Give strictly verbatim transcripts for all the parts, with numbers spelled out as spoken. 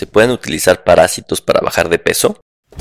¿Se pueden utilizar parásitos para bajar de peso?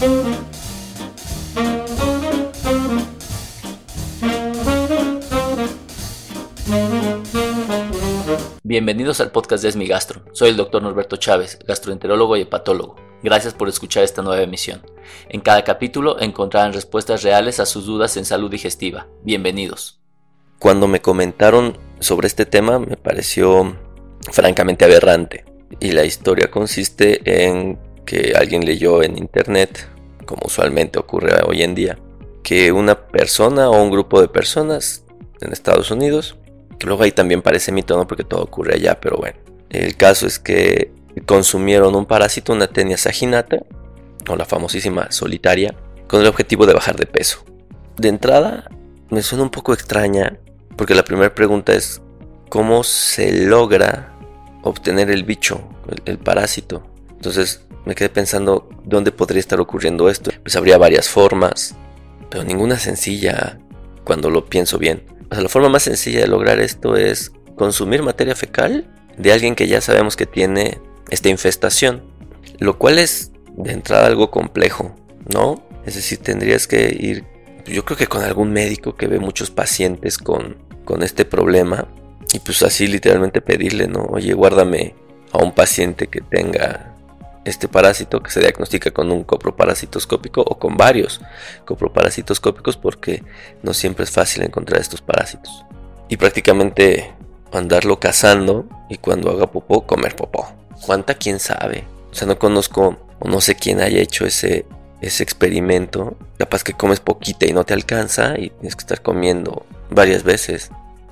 Bienvenidos al podcast de Es Mi Gastro. Soy el doctor Norberto Chávez, gastroenterólogo y hepatólogo. Gracias por escuchar esta nueva emisión. En cada capítulo encontrarán respuestas reales a sus dudas en salud digestiva. Bienvenidos. Cuando me comentaron sobre este tema me pareció francamente aberrante. Y la historia consiste en que alguien leyó en internet, como usualmente ocurre hoy en día, que una persona o un grupo de personas en Estados Unidos, que luego ahí también parece mito, ¿no? Porque todo ocurre allá, pero bueno. El caso es que consumieron un parásito, una Taenia saginata, o la famosísima solitaria, con el objetivo de bajar de peso. De entrada, me suena un poco extraña, porque la primera pregunta es, ¿cómo se logra obtener el bicho, el, el parásito? Entonces me quedé pensando, ¿dónde podría estar ocurriendo esto? Pues habría varias formas, pero ninguna sencilla cuando lo pienso bien. O sea, la forma más sencilla de lograr esto es consumir materia fecal de alguien que ya sabemos que tiene esta infestación, lo cual es de entrada algo complejo, ¿no? Es decir, tendrías que ir, yo creo que con algún médico que ve muchos pacientes con, con este problema, y pues así literalmente pedirle, ¿no? Oye, guárdame a un paciente que tenga este parásito, que se diagnostica con un coproparasitoscópico o con varios coproparasitoscópicos, porque no siempre es fácil encontrar estos parásitos. Y prácticamente andarlo cazando y cuando haga popó, comer popó. ¿Cuánta? ¿Quién sabe? O sea, no conozco o no sé quién haya hecho ese, ese experimento. Capaz que comes poquita y no te alcanza y tienes que estar comiendo varias veces.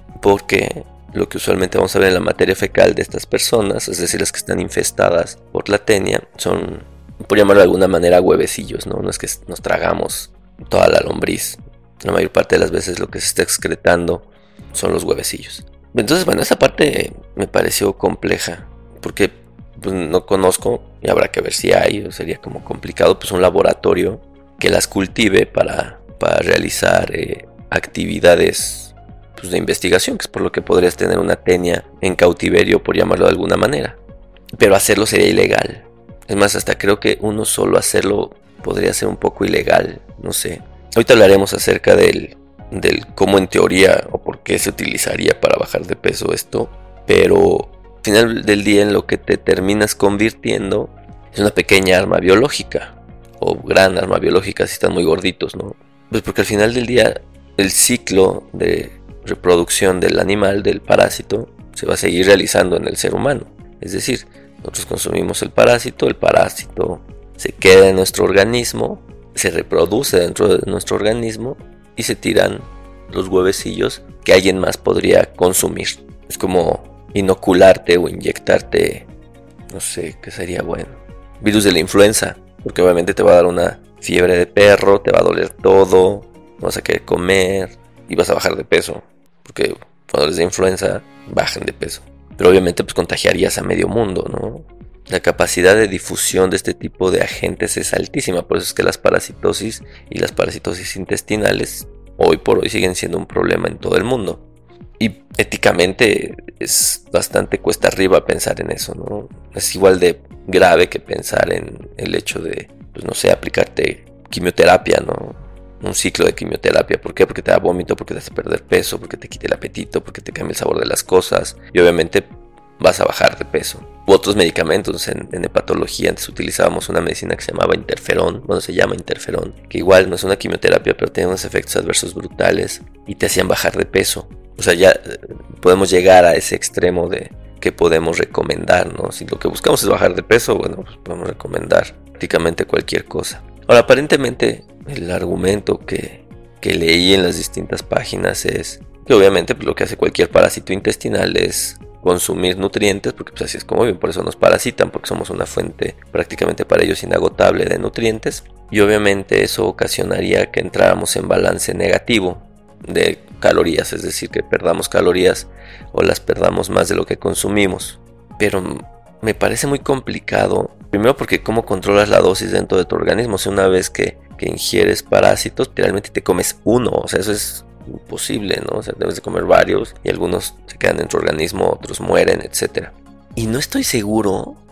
Porque lo que usualmente vamos a ver en la materia fecal de estas personas, es decir, las que están infestadas por la Taenia, son, por llamarlo de alguna manera, huevecillos, ¿no? No es que nos tragamos toda la lombriz. La mayor parte de las veces lo que se está excretando son los huevecillos. Entonces, bueno, esa parte me pareció compleja, porque pues, no conozco, y habrá que ver si hay, o sería como complicado, pues un laboratorio que las cultive para, para realizar eh, actividades de investigación, que es por lo que podrías tener una Taenia en cautiverio, por llamarlo de alguna manera. Pero hacerlo sería ilegal. Es más, hasta creo que uno solo hacerlo podría ser un poco ilegal, no sé. Ahorita hablaremos acerca del, del cómo en teoría o por qué se utilizaría para bajar de peso esto, pero al final del día en lo que te terminas convirtiendo es una pequeña arma biológica, o gran arma biológica si están muy gorditos, ¿no? Pues porque al final del día el ciclo de reproducción del animal, del parásito, se va a seguir realizando en el ser humano. Es decir, nosotros consumimos el parásito, el parásito se queda en nuestro organismo, se reproduce dentro de nuestro organismo y se tiran los huevecillos que alguien más podría consumir. Es como inocularte o inyectarte, no sé qué sería bueno, virus de la influenza, porque obviamente te va a dar una fiebre de perro, te va a doler todo, no vas a querer comer y vas a bajar de peso, porque cuando les da influenza bajan de peso, pero obviamente pues contagiarías a medio mundo, ¿no? La capacidad de difusión de este tipo de agentes es altísima, por eso es que las parasitosis y las parasitosis intestinales hoy por hoy siguen siendo un problema en todo el mundo. Y éticamente es bastante cuesta arriba pensar en eso, ¿no? Es igual de grave que pensar en el hecho de, pues no sé, aplicarte quimioterapia, ¿no? Un ciclo de quimioterapia. ¿Por qué? Porque te da vómito, porque te hace perder peso, porque te quita el apetito, porque te cambia el sabor de las cosas y obviamente vas a bajar de peso. U otros medicamentos, en, en hepatología antes utilizábamos una medicina que se llamaba interferón, bueno, se llama interferón, que igual no es una quimioterapia, pero tiene unos efectos adversos brutales y te hacían bajar de peso. O sea, ya podemos llegar a ese extremo de que podemos recomendar, ¿no? Si lo que buscamos es bajar de peso, bueno, pues podemos recomendar prácticamente cualquier cosa. Ahora, aparentemente el argumento que, que leí en las distintas páginas es que obviamente pues, lo que hace cualquier parásito intestinal es consumir nutrientes, porque pues así es como viven, por eso nos parasitan, porque somos una fuente prácticamente para ellos inagotable de nutrientes, y obviamente eso ocasionaría que entráramos en balance negativo de calorías, es decir, que perdamos calorías o las perdamos más de lo que consumimos. Pero me parece muy complicado, primero porque cómo controlas la dosis dentro de tu organismo. O sea, una vez que, que ingieres parásitos, realmente te comes uno, o sea, eso es imposible, ¿no? O sea, debes de comer varios y algunos se quedan en tu organismo, otros mueren, etcétera. Y no estoy seguro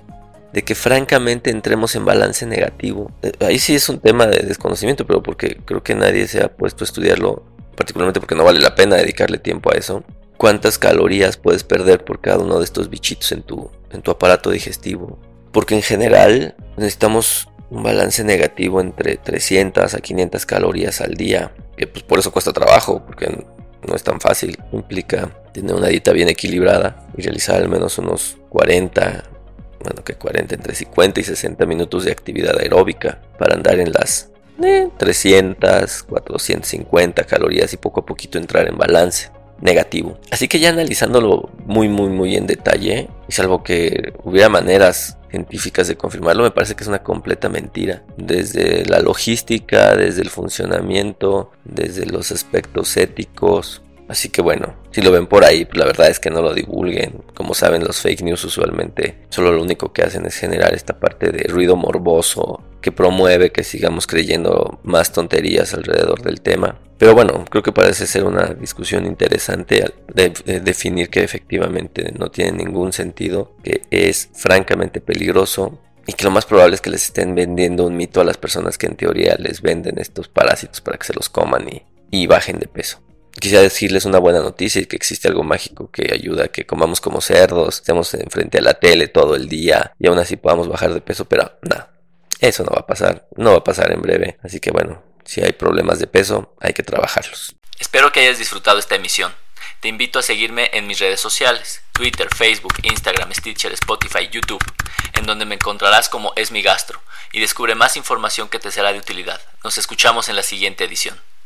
de que francamente entremos en balance negativo. Ahí sí es un tema de desconocimiento, pero porque creo que nadie se ha puesto a estudiarlo, particularmente porque no vale la pena dedicarle tiempo a eso. ¿Cuántas calorías puedes perder por cada uno de estos bichitos en tu, en tu aparato digestivo? Porque en general necesitamos un balance negativo entre trescientas a quinientas calorías al día, que pues por eso cuesta trabajo, porque no es tan fácil. Implica tener una dieta bien equilibrada y realizar al menos unos cuarenta, bueno que cuarenta, entre cincuenta y sesenta minutos de actividad aeróbica para andar en las eh, trescientas, cuatrocientas cincuenta calorías y poco a poquito entrar en balance negativo. Así que ya analizándolo muy muy muy en detalle, y salvo que hubiera maneras científicas de confirmarlo, me parece que es una completa mentira. Desde la logística, desde el funcionamiento, desde los aspectos éticos. Así que bueno, si lo ven por ahí, pues la verdad es que no lo divulguen. Como saben, los fake news usualmente solo lo único que hacen es generar esta parte de ruido morboso que promueve que sigamos creyendo más tonterías alrededor del tema. Pero bueno, creo que parece ser una discusión interesante de, de definir que efectivamente no tiene ningún sentido, que es francamente peligroso y que lo más probable es que les estén vendiendo un mito a las personas que en teoría les venden estos parásitos para que se los coman y, y bajen de peso. Quisiera decirles una buena noticia y que existe algo mágico que ayuda a que comamos como cerdos, estemos enfrente a la tele todo el día y aún así podamos bajar de peso, pero nada, eso no va a pasar, no va a pasar en breve, así que bueno, si hay problemas de peso hay que trabajarlos. Espero que hayas disfrutado esta emisión. Te invito a seguirme en mis redes sociales, Twitter, Facebook, Instagram, Stitcher, Spotify, YouTube, en donde me encontrarás como Es Mi Gastro, y descubre más información que te será de utilidad. Nos escuchamos en la siguiente edición.